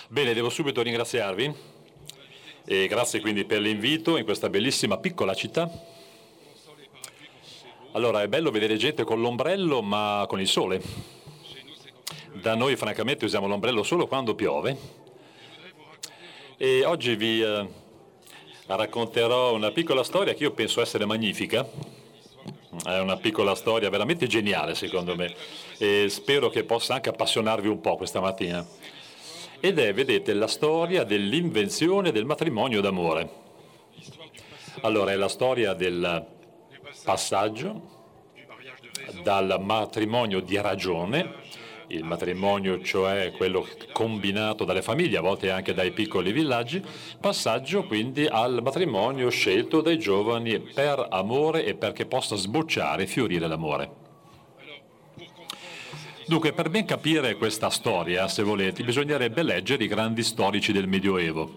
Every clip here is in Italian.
Bene, devo subito ringraziarvi e grazie quindi per l'invito in questa bellissima piccola città. Allora, è bello vedere gente con l'ombrello ma con il sole. Da noi francamente usiamo l'ombrello solo quando piove. E oggi vi racconterò una piccola storia che io penso essere magnifica. È una piccola storia veramente geniale secondo me e spero che possa anche appassionarvi un po' questa mattina. Ed è, vedete, la storia dell'invenzione del matrimonio d'amore. Allora, è la storia del passaggio dal matrimonio di ragione, il matrimonio cioè quello combinato dalle famiglie, a volte anche dai piccoli villaggi, passaggio quindi al matrimonio scelto dai giovani per amore e perché possa sbocciare e fiorire l'amore. Dunque, per ben capire questa storia, se volete, bisognerebbe leggere i grandi storici del Medioevo.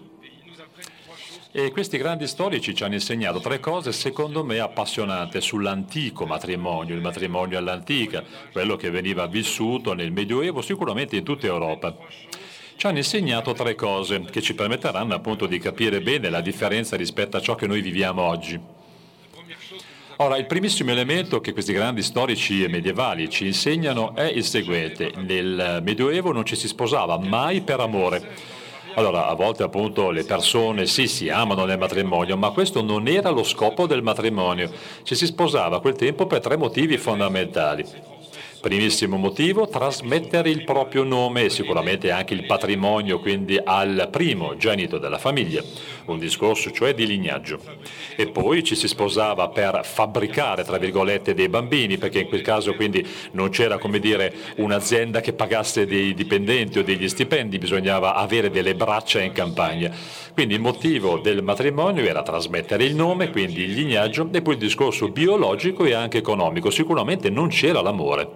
E questi grandi storici ci hanno insegnato tre cose, secondo me, appassionanti sull'antico matrimonio, il matrimonio all'antica, quello che veniva vissuto nel Medioevo, sicuramente in tutta Europa. Ci hanno insegnato tre cose che ci permetteranno appunto di capire bene la differenza rispetto a ciò che noi viviamo oggi. Ora, il primissimo elemento che questi grandi storici medievali ci insegnano è il seguente: nel Medioevo non ci si sposava mai per amore. Allora, a volte appunto le persone sì, si amano nel matrimonio, ma questo non era lo scopo del matrimonio. Ci si sposava a quel tempo per tre motivi fondamentali. Primissimo motivo, trasmettere il proprio nome e sicuramente anche il patrimonio, quindi al primogenito della famiglia, un discorso cioè di lignaggio. E poi ci si sposava per fabbricare, tra virgolette, dei bambini, perché in quel caso quindi non c'era, come dire, un'azienda che pagasse dei dipendenti o degli stipendi, bisognava avere delle braccia in campagna. Quindi il motivo del matrimonio era trasmettere il nome, quindi il lignaggio, e poi il discorso biologico e anche economico. Sicuramente non c'era l'amore.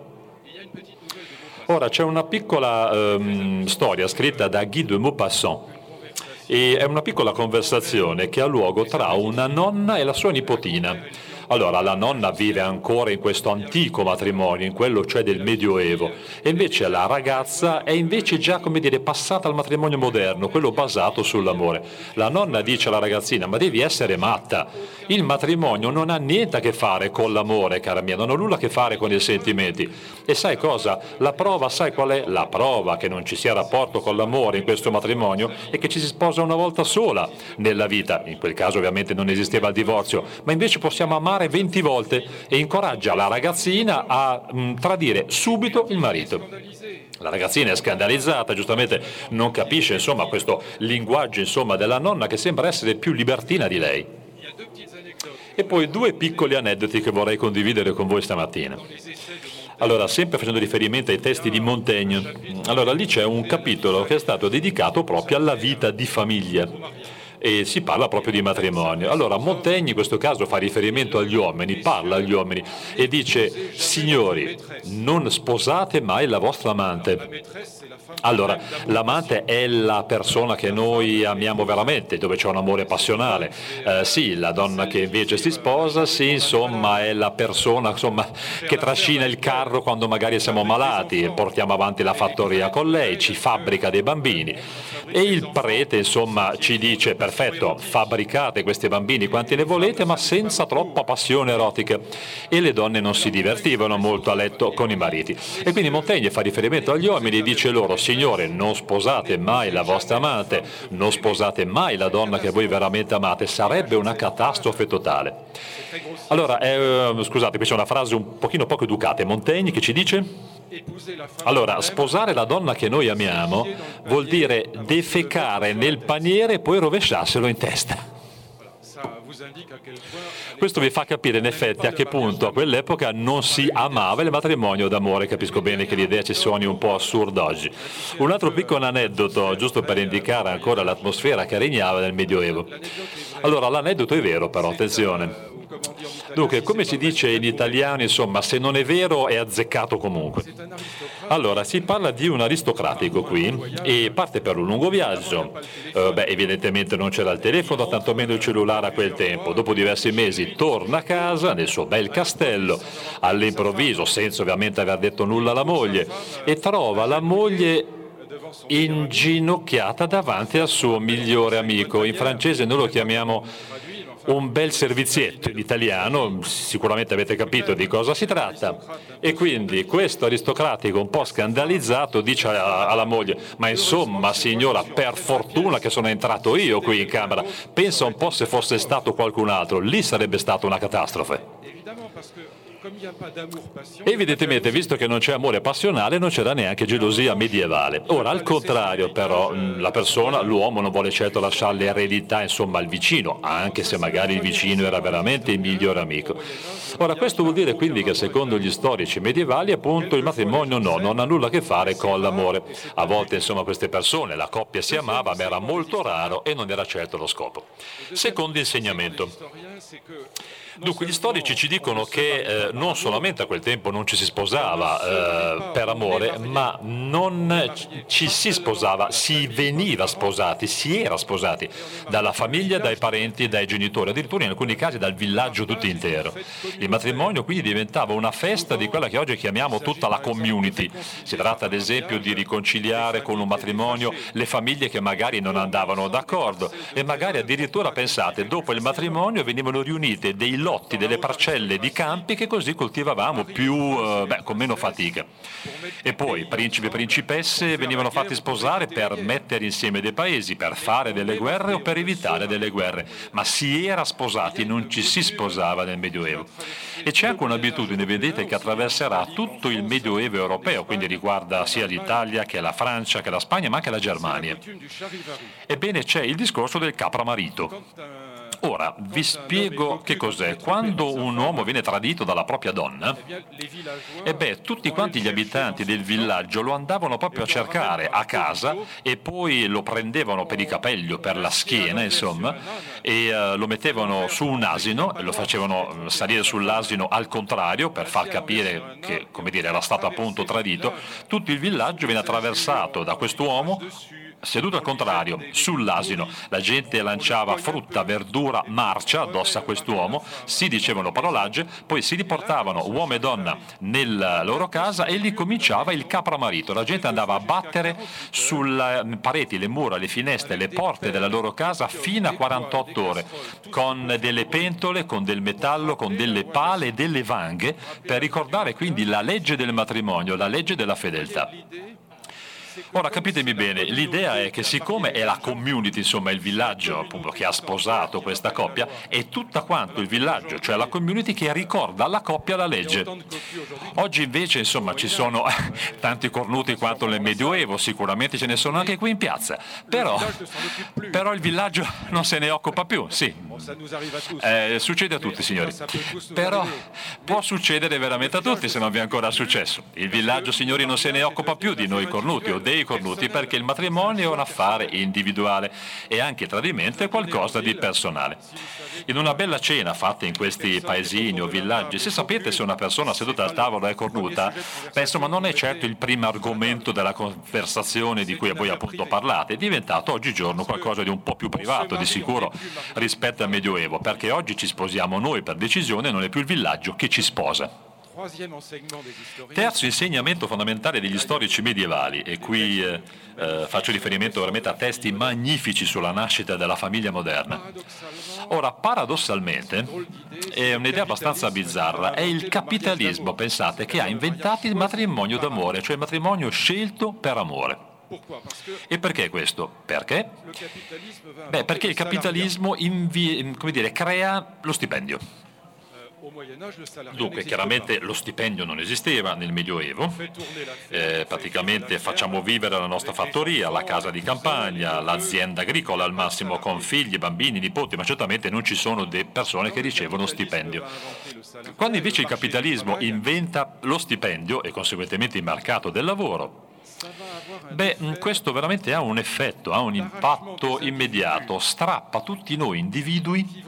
Ora, c'è una piccola storia scritta da Guy de Maupassant e è una piccola conversazione che ha luogo tra una nonna e la sua nipotina. Allora, la nonna vive ancora in questo antico matrimonio, in quello cioè del Medioevo, e invece la ragazza è invece già, come dire, passata al matrimonio moderno, quello basato sull'amore. La nonna dice alla ragazzina: ma devi essere matta, il matrimonio non ha niente a che fare con l'amore, cara mia, non ha nulla a che fare con i sentimenti. E sai cosa? La prova, sai qual è? La prova che non ci sia rapporto con l'amore in questo matrimonio è che ci si sposa una volta sola nella vita. In quel caso ovviamente non esisteva il divorzio, ma invece possiamo amare 20 volte, e incoraggia la ragazzina a tradire subito il marito. La ragazzina è scandalizzata, giustamente non capisce insomma questo linguaggio insomma della nonna, che sembra essere più libertina di lei. E poi due piccoli aneddoti che vorrei condividere con voi stamattina. Allora, sempre facendo riferimento ai testi di Montaigne, allora lì c'è un capitolo che è stato dedicato proprio alla vita di famiglia e si parla proprio di matrimonio. Allora, Montaigne in questo caso fa riferimento agli uomini, parla agli uomini e dice: signori, non sposate mai la vostra amante. Allora, l'amante è la persona che noi amiamo veramente, dove c'è un amore passionale. Sì, la donna che invece si sposa, sì, insomma, è la persona insomma, che trascina il carro quando magari siamo malati, portiamo avanti la fattoria con lei, ci fabbrica dei bambini. E il prete, insomma, ci dice: perfetto, fabbricate questi bambini quanti ne volete, ma senza troppa passione erotica. E le donne non si divertivano molto a letto con i mariti. E quindi Montaigne fa riferimento agli uomini e dice loro: signore, non sposate mai la vostra amante, non sposate mai la donna che voi veramente amate, sarebbe una catastrofe totale. Allora, scusate, qui c'è una frase un pochino poco educata, Montaigne che ci dice: allora, sposare la donna che noi amiamo vuol dire defecare nel paniere e poi rovesciarselo in testa. Questo vi fa capire in effetti a che punto a quell'epoca non si amava il matrimonio d'amore. Capisco bene che l'idea ci suoni un po' assurda oggi. Un altro piccolo aneddoto, giusto per indicare ancora l'atmosfera che regnava nel Medioevo. Allora, l'aneddoto è vero però, attenzione. Dunque, come si dice in italiano, insomma, se non è vero è azzeccato comunque. Allora, si parla di un aristocratico qui e parte per un lungo viaggio. Evidentemente non c'era il telefono, tantomeno il cellulare a quel tempo. Dopo diversi mesi torna a casa nel suo bel castello, all'improvviso, senza ovviamente aver detto nulla alla moglie, e trova la moglie inginocchiata davanti al suo migliore amico. In francese noi lo chiamiamo un bel servizietto, in italiano sicuramente avete capito di cosa si tratta. E quindi questo aristocratico un po' scandalizzato dice alla moglie: ma insomma signora, per fortuna che sono entrato io qui in camera, pensa un po' se fosse stato qualcun altro, lì sarebbe stata una catastrofe. Evidentemente, visto che non c'è amore passionale, non c'era neanche gelosia medievale. Ora, al contrario, però, la persona, l'uomo, non vuole certo lasciare l'eredità, insomma, al vicino, anche se magari il vicino era veramente il migliore amico. Ora, questo vuol dire quindi che secondo gli storici medievali, appunto, il matrimonio non ha nulla a che fare con l'amore. A volte, insomma, queste persone, la coppia si amava, ma era molto raro e non era certo lo scopo. Secondo insegnamento. Dunque, gli storici ci dicono che non solamente a quel tempo non ci si sposava per amore, ma non ci si sposava, si veniva sposati, si era sposati dalla famiglia, dai parenti, dai genitori, addirittura in alcuni casi dal villaggio tutto intero. Il matrimonio quindi diventava una festa di quella che oggi chiamiamo tutta la community. Si tratta ad esempio di riconciliare con un matrimonio le famiglie che magari non andavano d'accordo e magari addirittura, pensate, dopo il matrimonio venivano riunite dei lotti, delle parcelle di campi che così coltivavamo più, con meno fatica. E poi principi e principesse venivano fatti sposare per mettere insieme dei paesi, per fare delle guerre o per evitare delle guerre, ma si era sposati, non ci si sposava nel Medioevo. E c'è anche un'abitudine, vedete, che attraverserà tutto il Medioevo europeo, quindi riguarda sia l'Italia che la Francia, che la Spagna, ma anche la Germania. Ebbene, c'è il discorso del capramarito. Ora, vi spiego che cos'è. Quando un uomo viene tradito dalla propria donna, tutti quanti gli abitanti del villaggio lo andavano proprio a cercare a casa e poi lo prendevano per i capelli o per la schiena, insomma, e lo mettevano su un asino e lo facevano salire sull'asino al contrario per far capire che, come dire, era stato appunto tradito. Tutto il villaggio viene attraversato da quest'uomo seduto al contrario, sull'asino. La gente lanciava frutta, verdura, marcia addosso a quest'uomo, si dicevano parolacce, poi si riportavano uomo e donna nella loro casa e lì cominciava il capramarito. La gente andava a battere sulle pareti, le mura, le finestre, le porte della loro casa fino a 48 ore, con delle pentole, con del metallo, con delle pale e delle vanghe, per ricordare quindi la legge del matrimonio, la legge della fedeltà. Ora capitemi bene, l'idea è che siccome è la community, insomma il villaggio appunto che ha sposato questa coppia, è tutta quanto il villaggio, cioè la community che ricorda alla coppia la legge. Oggi invece insomma ci sono tanti cornuti quanto nel Medioevo, sicuramente ce ne sono anche qui in piazza, però il villaggio non se ne occupa più, sì. Succede a tutti signori, però può succedere veramente a tutti se non vi è ancora successo. Il villaggio signori non se ne occupa più di noi cornuti o dei cornuti, perché il matrimonio è un affare individuale e anche il tradimento è qualcosa di personale. In una bella cena fatta in questi paesini o villaggi, se sapete se una persona seduta al tavolo è cornuta, insomma non è certo il primo argomento della conversazione di cui voi appunto parlate, è diventato oggigiorno qualcosa di un po' più privato di sicuro rispetto al Medioevo, perché oggi ci sposiamo noi per decisione, non è più il villaggio che ci sposa. Terzo insegnamento fondamentale degli storici medievali, e qui faccio riferimento veramente a testi magnifici sulla nascita della famiglia moderna. Ora, paradossalmente, è un'idea abbastanza bizzarra, è il capitalismo, pensate, che ha inventato il matrimonio d'amore, cioè il matrimonio scelto per amore. E perché questo? Perché? Perché il capitalismo crea lo stipendio. Dunque, chiaramente lo stipendio non esisteva nel Medioevo, praticamente facciamo vivere la nostra fattoria, la casa di campagna, l'azienda agricola al massimo con figli, bambini, nipoti, ma certamente non ci sono persone che ricevono stipendio. Quando invece il capitalismo inventa lo stipendio e conseguentemente il mercato del lavoro, questo veramente ha un effetto, ha un impatto immediato, strappa tutti noi individui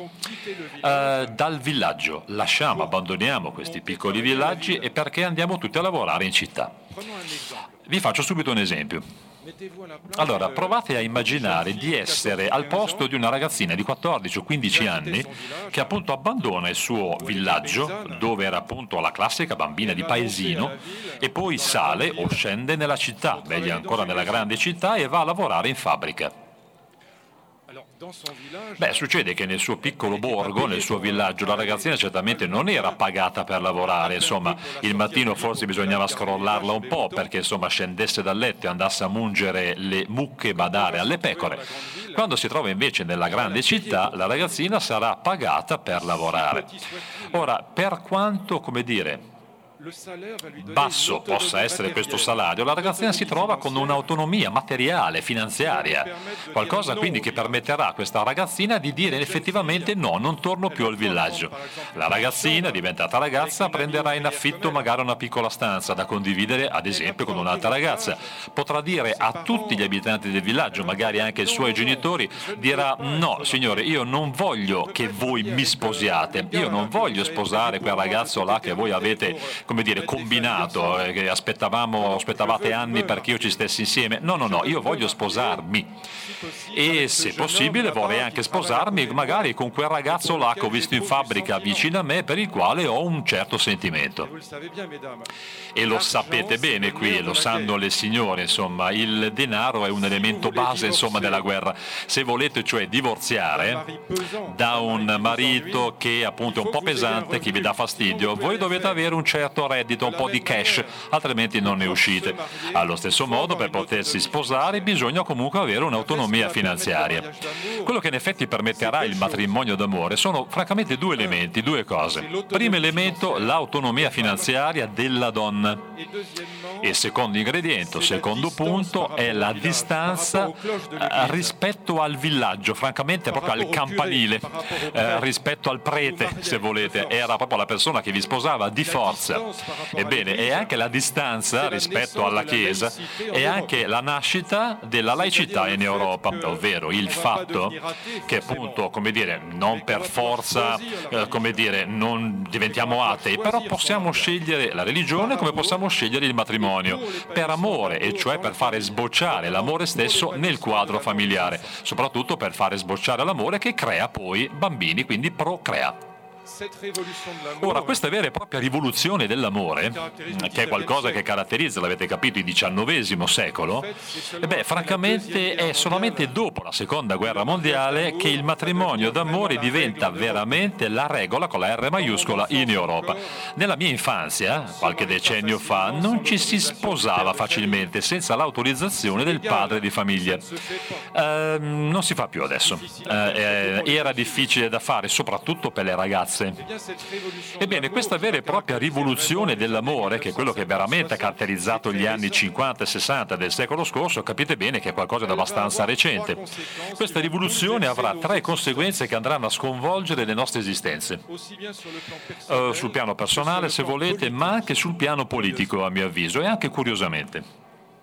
dal villaggio, abbandoniamo questi piccoli villaggi e perché andiamo tutti a lavorare in città. Vi faccio subito un esempio. Allora, provate a immaginare di essere al posto di una ragazzina di 14 o 15 anni che appunto abbandona il suo villaggio, dove era appunto la classica bambina di paesino, e poi sale o scende nella città, meglio ancora nella grande città, e va a lavorare in fabbrica. Beh, succede che nel suo piccolo borgo, nel suo villaggio, la ragazzina certamente non era pagata per lavorare, insomma, il mattino forse bisognava scrollarla un po' perché, insomma, scendesse dal letto e andasse a mungere le mucche e badare alle pecore. Quando si trova invece nella grande città, la ragazzina sarà pagata per lavorare. Ora, per quanto, come dire, basso possa essere questo salario, la ragazzina si trova con un'autonomia materiale, finanziaria, qualcosa quindi che permetterà a questa ragazzina di dire effettivamente no, non torno più al villaggio. La ragazzina, diventata ragazza, prenderà in affitto magari una piccola stanza da condividere ad esempio con un'altra ragazza, potrà dire a tutti gli abitanti del villaggio, magari anche ai suoi genitori, dirà no signore, io non voglio che voi mi sposiate, io non voglio sposare quel ragazzo là che voi avete, come dire, combinato, che aspettavate anni perché io ci stessi insieme. No, io voglio sposarmi. E se possibile vorrei anche sposarmi magari con quel ragazzo là che ho visto in fabbrica vicino a me, per il quale ho un certo sentimento. E lo sapete bene qui, e lo sanno le signore, insomma, il denaro è un elemento base, insomma, della guerra. Se volete cioè divorziare da un marito che appunto è un po' pesante, che vi dà fastidio, voi dovete avere un certo reddito, un po' di cash, altrimenti non ne uscite. Allo stesso modo, per potersi sposare bisogna comunque avere un'autonomia finanziaria. Quello che in effetti permetterà il matrimonio d'amore sono francamente due elementi, due cose. Primo elemento, l'autonomia finanziaria della donna. E secondo ingrediente, secondo punto, è la distanza rispetto al villaggio, francamente proprio al campanile, rispetto al prete, se volete, era proprio la persona che vi sposava di forza. Ebbene, è anche la distanza rispetto alla Chiesa, è anche la nascita della laicità in Europa, ovvero il fatto che appunto, come dire, non per forza, come dire, non diventiamo atei, però possiamo scegliere la religione come possiamo scegliere il matrimonio, per amore, e cioè per fare sbocciare l'amore stesso nel quadro familiare, soprattutto per fare sbocciare l'amore che crea poi bambini, quindi procrea. Ora, questa vera e propria rivoluzione dell'amore, che è qualcosa che caratterizza, l'avete capito, il XIX secolo, francamente è solamente dopo la Seconda Guerra Mondiale che il matrimonio d'amore diventa veramente la regola con la R maiuscola in Europa. Nella mia infanzia, qualche decennio fa, non ci si sposava facilmente senza l'autorizzazione del padre di famiglia. Non si fa più adesso. Era difficile da fare, soprattutto per le ragazze. Ebbene, questa vera e propria rivoluzione dell'amore, che è quello che veramente ha caratterizzato gli anni 50 e 60 del secolo scorso, capite bene che è qualcosa di abbastanza recente. Questa rivoluzione avrà tre conseguenze che andranno a sconvolgere le nostre esistenze. Sul piano personale, se volete, ma anche sul piano politico, a mio avviso, e anche curiosamente.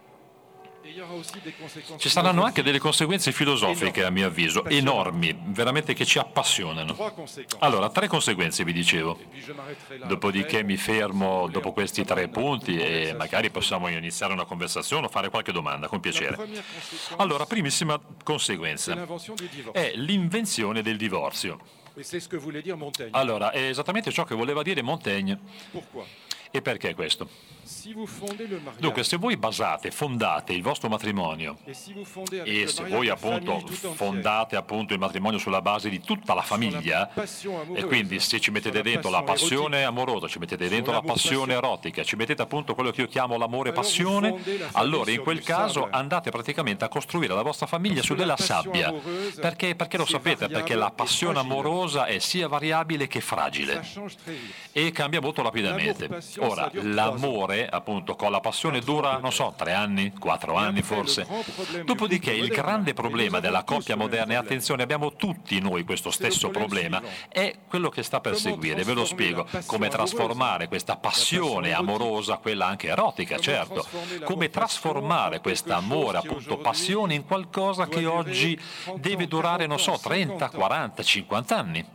Ci saranno anche delle conseguenze filosofiche, a mio avviso, enormi, veramente che ci appassionano. Allora, tre conseguenze vi dicevo. Dopodiché mi fermo dopo questi tre punti e magari possiamo iniziare una conversazione o fare qualche domanda, con piacere. Allora, primissima conseguenza è l'invenzione del divorzio. Allora, è esattamente ciò che voleva dire Montaigne. E perché questo? Dunque, se voi fondate il vostro matrimonio e se voi appunto fondate appunto il matrimonio sulla base di tutta la famiglia, e quindi se ci mettete dentro la passione amorosa, ci mettete dentro la passione erotica, ci mettete appunto quello che io chiamo l'amore passione, allora in quel caso andate praticamente a costruire la vostra famiglia su della sabbia. Perché lo sapete? Perché la passione amorosa è sia variabile che fragile e cambia molto rapidamente. Ora, l'amore, appunto, con la passione dura, non so, 3 anni, 4 anni forse. Dopodiché il grande problema della coppia moderna, e attenzione, abbiamo tutti noi questo stesso problema, è quello che sta per seguire. Ve lo spiego. Come trasformare questa passione amorosa, quella anche erotica, certo, come trasformare questa amore, appunto, passione, in qualcosa che oggi deve durare, non so, 30, 40, 50 anni.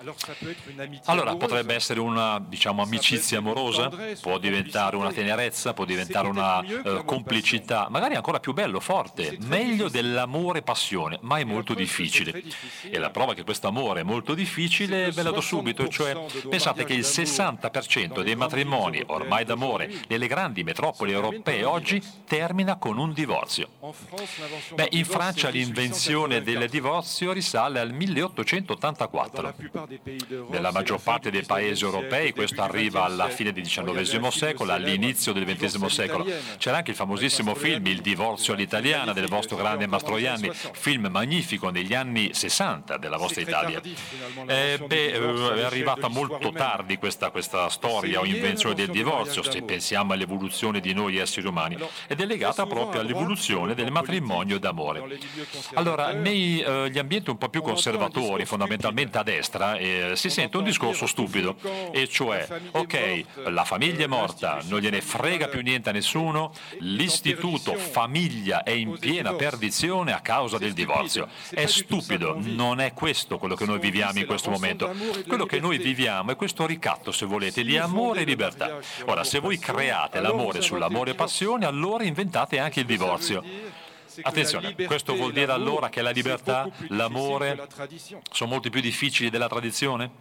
Allora potrebbe essere una, diciamo, amicizia amorosa, può diventare una tenerezza, può diventare una complicità, magari ancora più bello, forte, meglio dell'amore passione, ma è molto difficile. E la prova che questo amore è molto difficile ve la do subito, cioè pensate che il 60% dei matrimoni ormai d'amore nelle grandi metropoli europee oggi termina con un divorzio. Beh, in Francia l'invenzione del divorzio risale al 1884. Nella maggior parte dei paesi europei questo arriva alla fine del XIX secolo, all'inizio del XX secolo. C'era anche il famosissimo film Il divorzio all'italiana del vostro grande Mastroianni, film magnifico negli anni 60 della vostra Italia. È arrivata molto tardi questa storia o invenzione del divorzio, se pensiamo all'evoluzione di noi esseri umani, ed è legata proprio all'evoluzione del matrimonio d'amore. Allora, negli ambienti un po' più conservatori, fondamentalmente a destra, si sente un discorso stupido, e cioè, ok, la famiglia è morta, non gliene frega più niente a nessuno, l'istituto famiglia è in piena perdizione a causa del divorzio. È stupido, non è questo quello che noi viviamo in questo momento. Quello che noi viviamo è questo ricatto, se volete, di amore e libertà. Ora, se voi create l'amore sull'amore e passione, allora inventate anche il divorzio. Attenzione, questo vuol dire allora che la libertà, l'amore sono molto più difficili della tradizione?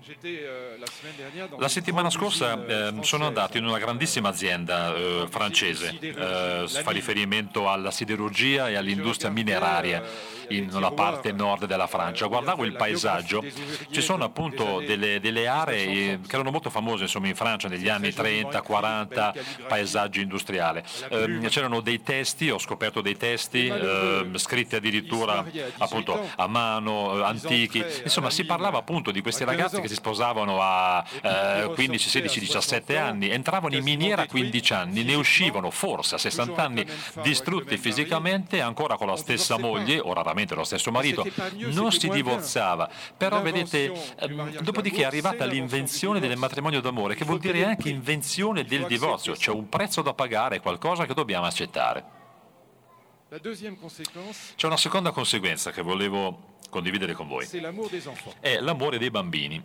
La settimana scorsa sono andato in una grandissima azienda francese, fa riferimento alla siderurgia e all'industria mineraria nella parte nord della Francia. Guardavo il paesaggio, ci sono appunto delle aree che erano molto famose insomma in Francia negli anni 30-40, paesaggio industriale. C'erano dei testi, ho scoperto dei testi scritti addirittura appunto a mano, antichi. Insomma, si parlava appunto di questi ragazzi che si sposavano a 15, 16, 17 anni, entravano in miniera a 15 anni, ne uscivano forse a 60 anni distrutti fisicamente, ancora con la stessa moglie o raramente lo stesso marito, non si divorzava. Però vedete, dopodiché è arrivata l'invenzione del matrimonio d'amore, che vuol dire anche invenzione del divorzio, c'è un prezzo da pagare, qualcosa che dobbiamo accettare. C'è una seconda conseguenza che volevo condividere con voi, è l'amore dei bambini.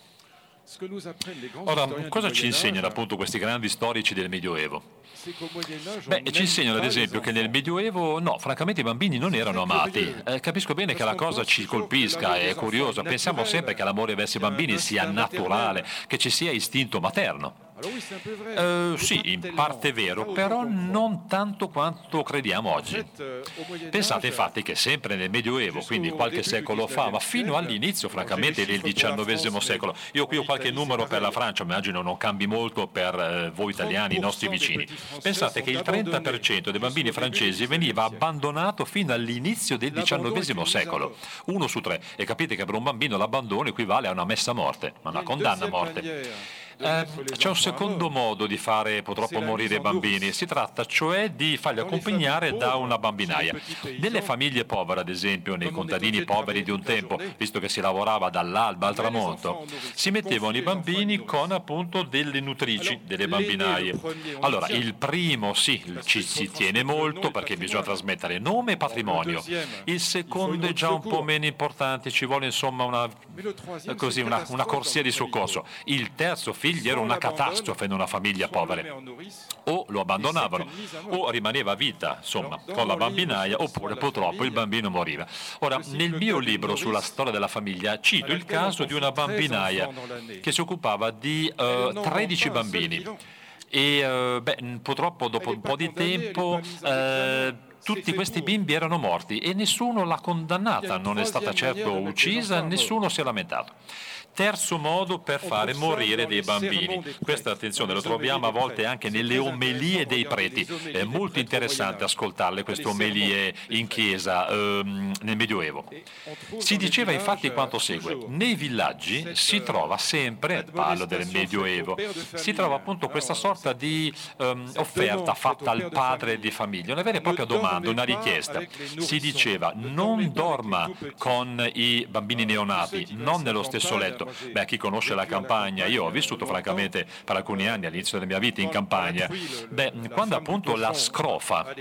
Ora, cosa ci insegnano appunto questi grandi storici del Medioevo? Beh, ci insegnano ad esempio che nel Medioevo, no, francamente i bambini non erano amati. Capisco bene che la cosa ci colpisca, è curiosa, pensiamo sempre che l'amore verso i bambini sia naturale, che ci sia istinto materno. Sì, in parte è vero, però non tanto quanto crediamo oggi. Pensate infatti che sempre nel Medioevo, quindi qualche secolo fa, ma fino all'inizio francamente del XIX secolo, io qui ho qualche numero per la Francia, immagino non cambi molto per voi italiani, i nostri vicini. Pensate che il 30% dei bambini francesi veniva abbandonato fino all'inizio del XIX secolo, 1 su 3, e capite che per un bambino l'abbandono equivale a una messa a morte, a una condanna a morte. C'è un secondo modo di fare purtroppo morire i bambini, si tratta cioè di farli accompagnare da una bambinaia. Nelle famiglie povere, ad esempio, nei contadini poveri di un tempo, visto che si lavorava dall'alba al tramonto, si mettevano i bambini con appunto delle nutrici, delle bambinaie. Allora, il primo sì, ci si tiene molto perché bisogna trasmettere nome e patrimonio. Il secondo è già un po' meno importante, ci vuole insomma una corsia di soccorso. Il terzo figlio era una catastrofe in una famiglia povera, o lo abbandonavano o rimaneva a vita insomma con la bambinaia, oppure purtroppo il bambino moriva. Ora, nel mio libro sulla storia della famiglia cito il caso di una bambinaia che si occupava di 13 bambini e purtroppo dopo un po' di tempo tutti questi bimbi erano morti e nessuno l'ha condannata, non è stata certo uccisa, nessuno si è lamentato. Terzo modo per fare morire dei bambini. Questa, attenzione, lo troviamo a volte anche nelle omelie dei preti. È molto interessante ascoltarle, queste omelie in chiesa nel Medioevo. Si diceva infatti quanto segue. Nei villaggi si trova sempre, parlo del Medioevo, si trova appunto questa sorta di offerta fatta al padre di famiglia, una vera e propria domanda. comando, una richiesta. Si diceva non dorma con i bambini neonati, non nello stesso letto. Beh, chi conosce la campagna, io ho vissuto francamente per alcuni anni all'inizio della mia vita in campagna, quando appunto la scrofa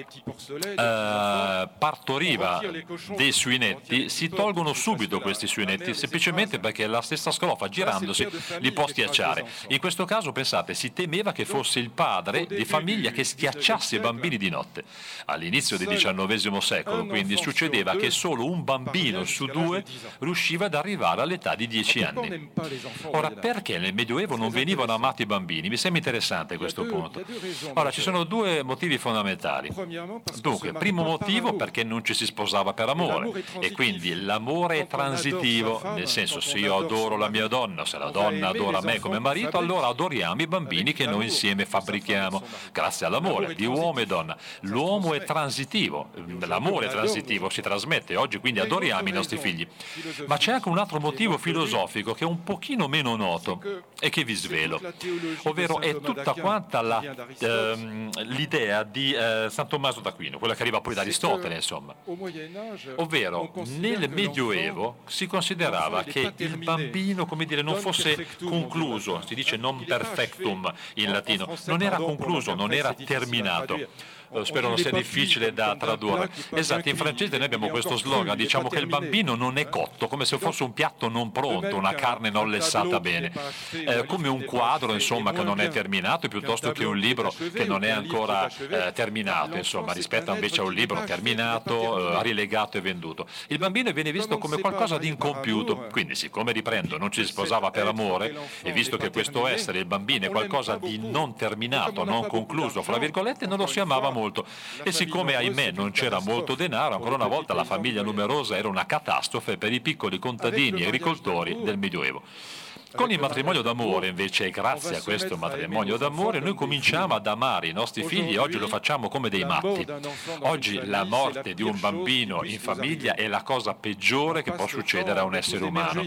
partoriva dei suinetti, si tolgono subito questi suinetti, semplicemente perché la stessa scrofa girandosi li può schiacciare. In questo caso, pensate, si temeva che fosse il padre di famiglia che schiacciasse i bambini di notte. All'inizio del XIX secolo, quindi, succedeva che solo un bambino su due riusciva ad arrivare all'età di 10 anni. Ora, perché nel Medioevo non venivano amati i bambini? Mi sembra interessante questo punto. Ora, ci sono due motivi fondamentali. Dunque, primo motivo, perché non ci si sposava per amore, e quindi l'amore è transitivo, nel senso, se io adoro la mia donna, se la donna adora me come marito, allora adoriamo i bambini che noi insieme fabbrichiamo, grazie all'amore di uomo e donna. L'uomo è transitivo, l'amore è transitivo, si trasmette, oggi quindi adoriamo i nostri figli. Ma c'è anche un altro motivo filosofico che è un pochino meno noto e che vi svelo, ovvero è tutta quanta l'idea di San Tommaso d'Aquino, quella che arriva poi da Aristotele, insomma. Ovvero, nel Medioevo si considerava che il bambino, come dire, non fosse concluso, si dice non perfectum in latino, non era concluso, non era terminato. Spero non sia difficile da tradurre. Esatto, in francese noi abbiamo questo slogan, diciamo che il bambino non è cotto, come se fosse un piatto non pronto, una carne non lessata bene, come un quadro, insomma, che non è terminato, piuttosto che un libro che non è ancora terminato, insomma, rispetto invece a un libro terminato, rilegato e venduto. Il bambino viene visto come qualcosa di incompiuto, quindi siccome, riprendo, non ci si sposava per amore, e visto che questo essere, il bambino, è qualcosa di non terminato, non concluso, fra virgolette, non lo si amava molto. E siccome, ahimè, non c'era molto denaro, ancora una volta la famiglia numerosa era una catastrofe per i piccoli contadini e agricoltori del Medioevo. Con il matrimonio d'amore, invece, e grazie a questo matrimonio d'amore, noi cominciamo ad amare i nostri figli, e oggi lo facciamo come dei matti. Oggi la morte di un bambino in famiglia è la cosa peggiore che può succedere a un essere umano.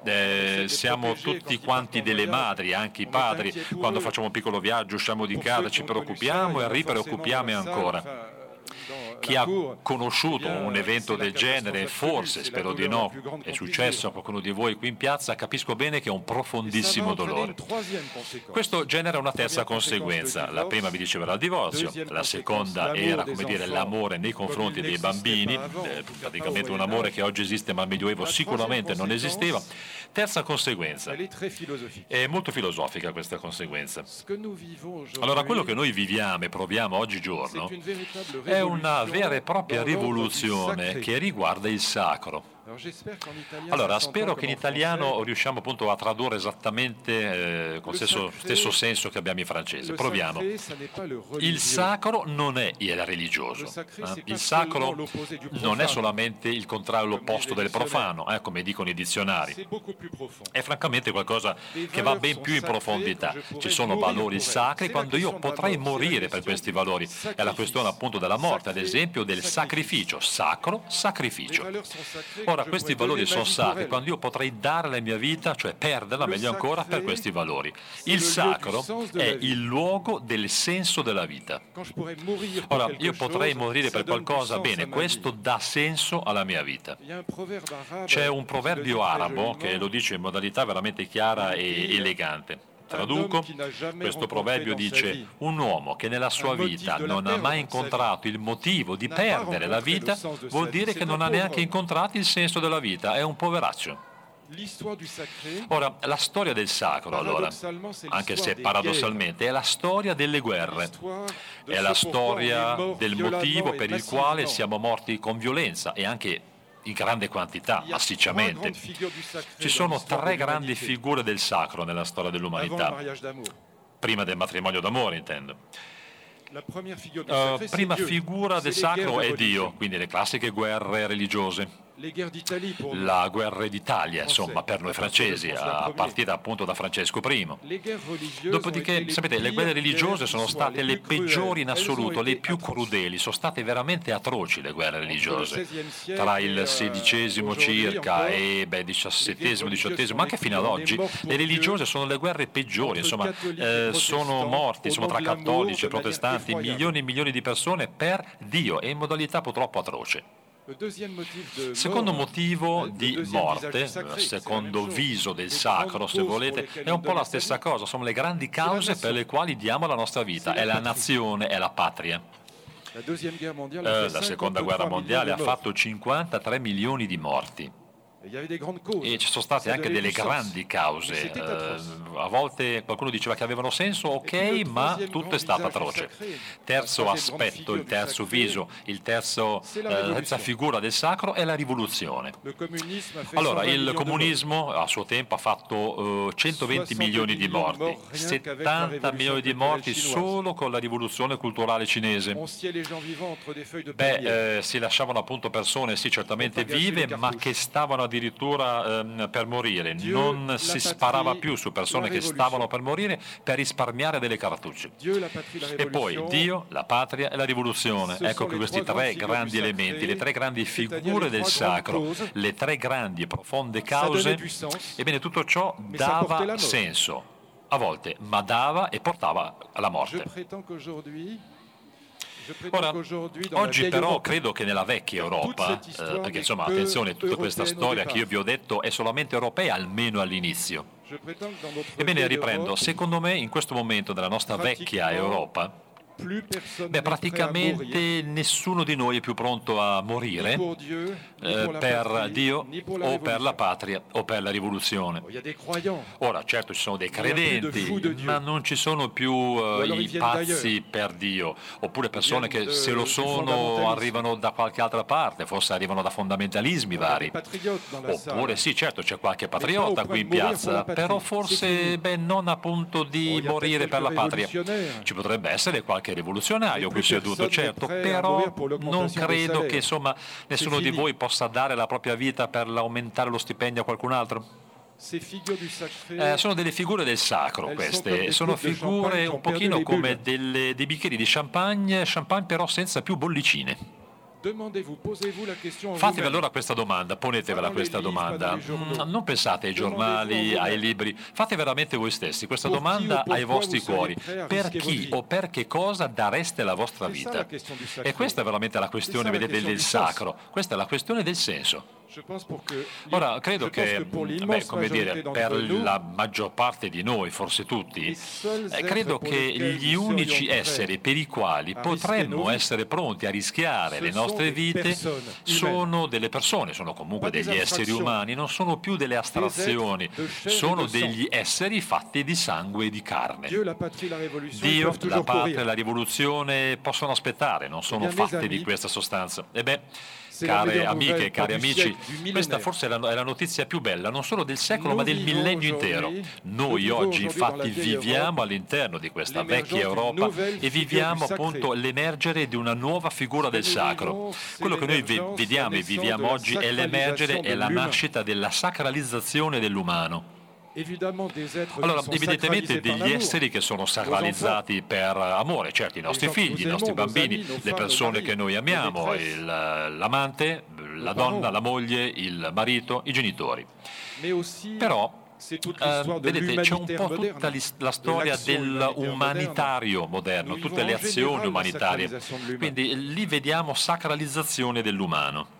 Siamo tutti quanti delle madri, anche i padri, quando facciamo un piccolo viaggio, usciamo di casa, ci preoccupiamo e ripreoccupiamo ancora. Chi ha conosciuto un evento del genere, forse, spero di no, è successo a qualcuno di voi qui in piazza, capisco bene che è un profondissimo dolore. Questo genera una terza conseguenza. La prima, vi dicevo, era il divorzio, la seconda era, come dire, l'amore nei confronti dei bambini, praticamente un amore che oggi esiste ma al Medioevo sicuramente non esisteva. Terza conseguenza, è molto filosofica questa conseguenza. Allora, quello che noi viviamo e proviamo oggigiorno è una vera e propria rivoluzione che riguarda il sacro. Allora, spero che in italiano riusciamo appunto a tradurre esattamente con lo stesso senso che abbiamo in francese. Proviamo. Il sacro non è il religioso. Il sacro non è solamente il contrario, l'opposto del profano, come dicono i dizionari. È francamente qualcosa che va ben più in profondità. Ci sono valori sacri quando io potrei morire per questi valori. È la questione appunto della morte, ad esempio del sacrificio. Sacro, sacrificio. Ora, questi valori sono sacri quando io potrei dare la mia vita, cioè perderla meglio ancora, per questi valori. Il sacro è il luogo del senso della vita. Ora, io potrei morire per qualcosa, bene, questo dà senso alla mia vita. C'è un proverbio arabo che lo dice in modalità veramente chiara e elegante. Traduco, questo proverbio dice: un uomo che nella sua vita non ha mai incontrato il motivo di perdere la vita vuol dire che non ha neanche incontrato il senso della vita, è un poveraccio. Ora, la storia del sacro, allora, anche se paradossalmente, è la storia delle guerre, è la storia del motivo per il quale siamo morti con violenza e anche in grande quantità, massicciamente. Ci sono tre grandi figure del sacro nella storia dell'umanità, prima del matrimonio d'amore, intendo. Prima figura del sacro è Dio, quindi le classiche guerre religiose. La guerra d'Italia, insomma, per noi francesi, a partire appunto da Francesco I. Dopodiché, sapete, le guerre religiose sono state le peggiori in assoluto, le più crudeli, sono state veramente atroci le guerre religiose. Tra il XVI circa e XVII, XVIII, ma anche fino ad oggi, le religiose sono le guerre peggiori, insomma, sono morti, insomma, tra cattolici e protestanti, milioni e milioni di persone per Dio e in modalità purtroppo atroce. Secondo motivo di morte, secondo viso del sacro, se volete, è un po' la stessa cosa, sono le grandi cause per le quali diamo la nostra vita, è la nazione, è la patria. La seconda guerra mondiale ha fatto 53 milioni di morti. E ci sono state anche delle grandi cause, a volte qualcuno diceva che avevano senso, ok, ma tutto è stato atroce. Terzo aspetto, il terzo viso, la terza figura del sacro è la rivoluzione. Allora, il comunismo a suo tempo ha fatto 120 milioni di morti, 70 milioni di morti solo con la rivoluzione culturale cinese. Si lasciavano appunto persone, sì, certamente vive, ma che stavano addirittura per morire, non si sparava più su persone che stavano per morire per risparmiare delle cartucce. E poi Dio, la patria e la rivoluzione, ecco che questi tre grandi elementi, le tre grandi figure del sacro, le tre grandi e profonde cause, ebbene tutto ciò dava senso a volte, ma dava e portava alla morte. Ora, oggi però credo che nella vecchia Europa, perché insomma, attenzione, tutta questa storia che io vi ho detto è solamente europea, almeno all'inizio. Ebbene, riprendo, secondo me in questo momento della nostra vecchia Europa, praticamente nessuno di noi è più pronto a morire per Dio o per la patria o per la rivoluzione. Ora, certo, ci sono dei credenti, ma non ci sono più i pazzi per Dio, oppure persone che se lo sono arrivano da qualche altra parte, forse arrivano da fondamentalismi vari. Oppure sì, certo, c'è qualche patriota qui in piazza, però forse non appunto di morire per la patria. Ci potrebbe essere qualche rivoluzionario qui seduto, certo, però non credo che insomma nessuno di voi possa dare la propria vita per aumentare lo stipendio a qualcun altro. Sono delle figure del sacro queste, sono figure un pochino come dei bicchieri di champagne però senza più bollicine. Fatevi allora questa domanda, ponetevela questa domanda. Non pensate ai giornali, ai libri, fate veramente voi stessi questa domanda ai vostri cuori. Per chi o per che cosa dareste la vostra vita? E questa è veramente la questione, vedete, del sacro, questa è la questione del senso. Ora, credo che, come dire, per la maggior parte di noi, forse tutti, credo che gli unici esseri per i quali potremmo essere pronti a rischiare le nostre vite sono delle persone, sono comunque degli esseri umani, non sono più delle astrazioni, sono degli esseri fatti di sangue e di carne. Dio, la patria e la rivoluzione possono aspettare, non sono fatte di questa sostanza. Care amiche, cari amici, questa forse è la notizia più bella, non solo del secolo, ma del millennio intero. Noi oggi, infatti, viviamo all'interno di questa vecchia Europa e viviamo appunto l'emergere di una nuova figura del sacro. Quello che noi vediamo e viviamo oggi è l'emergere e la nascita della sacralizzazione dell'umano. Allora, evidentemente degli esseri che sono sacralizzati per amore, certo, i nostri figli, i nostri bambini, le persone che noi amiamo, l'amante, la donna, la moglie, il marito, i genitori. Però, vedete, c'è un po' tutta la storia dell'umanitario moderno, tutte le azioni umanitarie, quindi lì vediamo sacralizzazione dell'umano.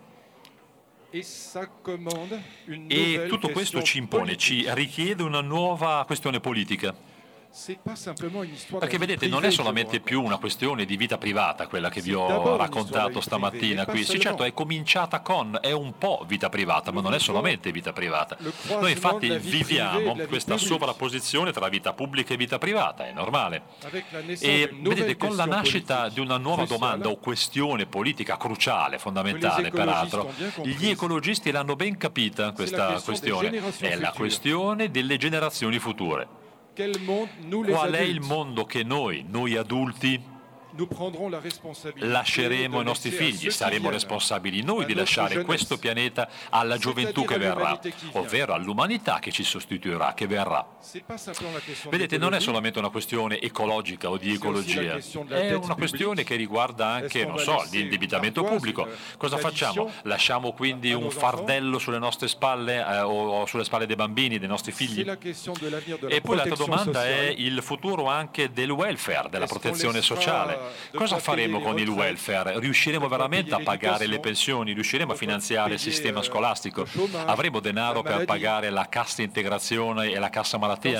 E tutto questo ci impone, ci richiede una nuova questione politica. Perché vedete, non è solamente più una questione di vita privata quella che vi ho raccontato stamattina qui. Sì, certo, è cominciata è un po' vita privata, ma non è solamente vita privata. Noi infatti viviamo questa sovrapposizione tra vita pubblica e vita privata, è normale. E vedete, con la nascita di una nuova domanda o questione politica cruciale, fondamentale peraltro, gli ecologisti l'hanno ben capita questa questione. È la questione delle generazioni future. Qual è il mondo che noi adulti, lasceremo i nostri figli, saremo responsabili noi di lasciare questo pianeta alla gioventù che verrà, ovvero all'umanità che ci sostituirà, che verrà. Vedete, non è solamente una questione ecologica o di ecologia, è una questione che riguarda anche, non so, l'indebitamento pubblico. Cosa facciamo? Lasciamo quindi un fardello sulle nostre spalle o sulle spalle dei bambini, dei nostri figli? E poi l'altra domanda è il futuro anche del welfare, della protezione sociale. Cosa faremo con il welfare? Riusciremo veramente a pagare le pensioni? Riusciremo a finanziare il sistema scolastico? Avremo denaro per pagare la cassa integrazione e la cassa malattia?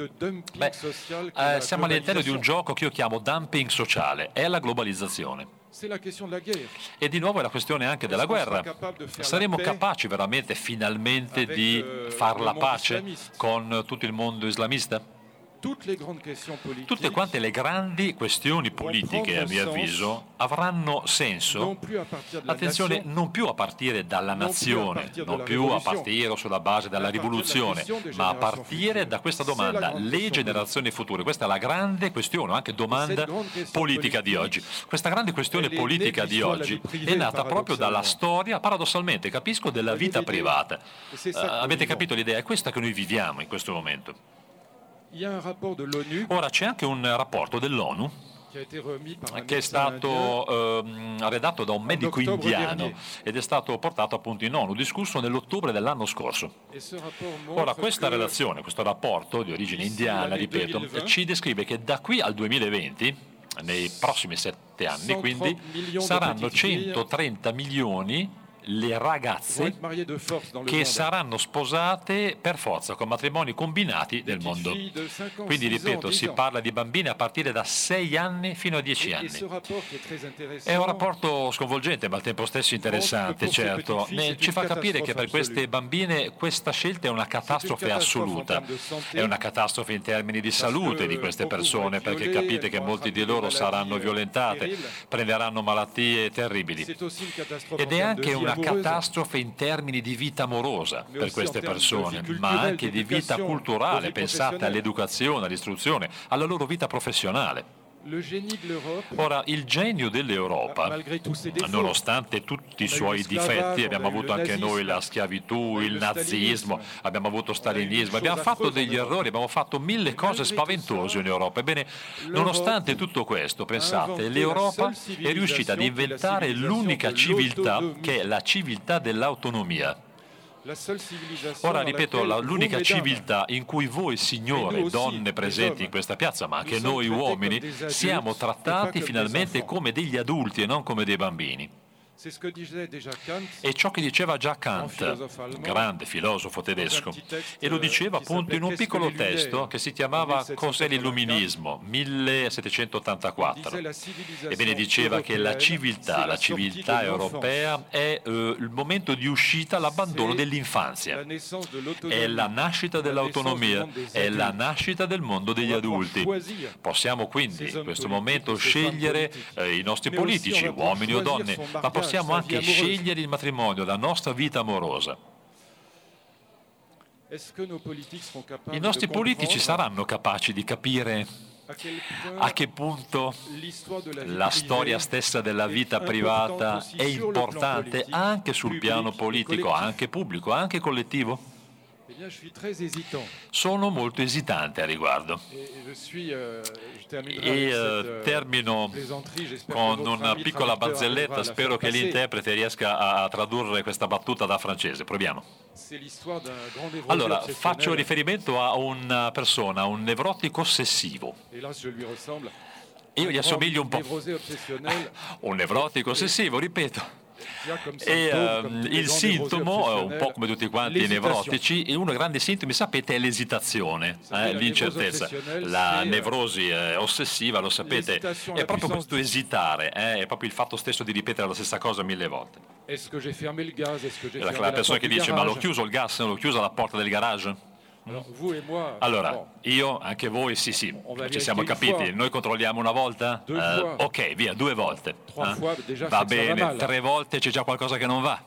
Siamo all'interno di un gioco che io chiamo dumping sociale, è la globalizzazione. E di nuovo è la questione anche della guerra. Saremo capaci veramente finalmente di fare la pace con tutto il mondo islamista? Tutte quante le grandi questioni politiche, a mio avviso, avranno senso, attenzione, non più a partire dalla nazione, non più a partire sulla base della rivoluzione, ma a partire da questa domanda, le generazioni future. Questa è la grande questione, anche domanda politica di oggi. Questa grande questione politica di oggi è nata proprio dalla storia, paradossalmente, capisco, della vita privata. Avete capito l'idea? È questa che noi viviamo in questo momento. Ora c'è anche un rapporto dell'ONU che è stato redatto da un medico indiano ed è stato portato appunto in ONU, discusso nell'ottobre dell'anno scorso. Ora questa relazione, questo rapporto di origine indiana, ripeto, ci descrive che da qui al 2020, nei prossimi 7 anni, quindi saranno 130 milioni le ragazze che saranno sposate per forza con matrimoni combinati nel mondo. Quindi, ripeto, si parla di bambine a partire da 6 anni fino a 10 anni. È un rapporto sconvolgente, ma al tempo stesso interessante, certo. Ci fa capire che per queste bambine questa scelta è una catastrofe assoluta. È una catastrofe in termini di salute di queste persone, perché capite che molti di loro saranno violentate, prenderanno malattie terribili. Ed è anche una catastrofe in termini di vita amorosa per queste persone, ma anche di vita culturale. Pensate all'educazione, all'istruzione, alla loro vita professionale. Ora, il genio dell'Europa, nonostante tutti i suoi difetti, abbiamo avuto anche noi la schiavitù, il nazismo, abbiamo avuto stalinismo, abbiamo fatto degli errori, abbiamo fatto 1000 cose spaventose in Europa. Ebbene, nonostante tutto questo, pensate, l'Europa è riuscita ad inventare l'unica civiltà, che è la civiltà dell'autonomia. Ora, ripeto, l'unica civiltà in cui voi, signore, donne presenti in questa piazza, ma anche noi uomini, siamo trattati finalmente come degli adulti e non come dei bambini. È ciò che diceva già Kant, grande filosofo tedesco, e lo diceva appunto in un piccolo testo che si chiamava Cos'è l'illuminismo, 1784. Ebbene, diceva che la civiltà europea è il momento di uscita, l'abbandono dell'infanzia, è la nascita dell'autonomia, è la nascita del mondo degli adulti. Possiamo quindi in questo momento scegliere i nostri politici, uomini o donne, ma possiamo anche scegliere il matrimonio, la nostra vita amorosa. I nostri politici saranno capaci di capire a che punto la storia stessa della vita privata è importante anche sul piano politico, anche pubblico, anche collettivo? Sono molto esitante a riguardo e termino con una piccola barzelletta, spero che l'interprete riesca a tradurre questa battuta da francese. Proviamo. Allora, faccio riferimento a una persona, un nevrotico ossessivo. Io gli assomiglio un po'. Un nevrotico ossessivo, ripeto. E il sintomo, un po' come tutti quanti i nevrotici, uno dei grandi sintomi, sapete, è l'esitazione, l'incertezza. La nevrosi ossessiva, lo sapete, è proprio questo esitare, è proprio il fatto stesso di ripetere la stessa cosa 1000 volte. La persona che dice: ma l'ho chiuso il gas, l'ho chiusa la porta del garage? Allora, io, anche voi, sì, ci siamo capiti. Noi controlliamo una volta? Ok, via, 2 volte. Va bene, 3 volte c'è già qualcosa che non va.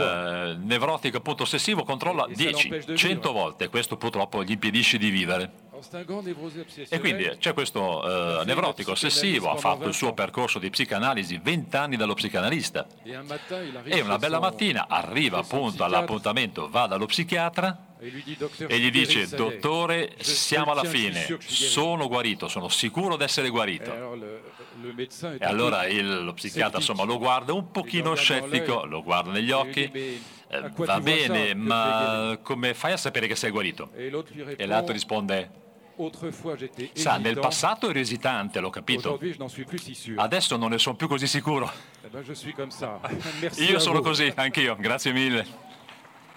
Il nevrotico appunto ossessivo controlla 10, 100 volte. Questo purtroppo gli impedisce di vivere. E quindi c'è questo nevrotico ossessivo, ha fatto il suo percorso di psicanalisi, 20 anni dallo psicanalista, e una bella mattina arriva appunto all'appuntamento, va dallo psichiatra e gli dice: dottore, siamo alla fine, sono guarito, sono sicuro di essere guarito. E allora lo psichiatra insomma lo guarda un pochino scettico, lo guarda negli occhi, va bene, ma come fai a sapere che sei guarito? E l'altro risponde: sa, nel passato ero esitante, l'ho capito, adesso non ne sono più così sicuro. Io sono così, anch'io, grazie mille.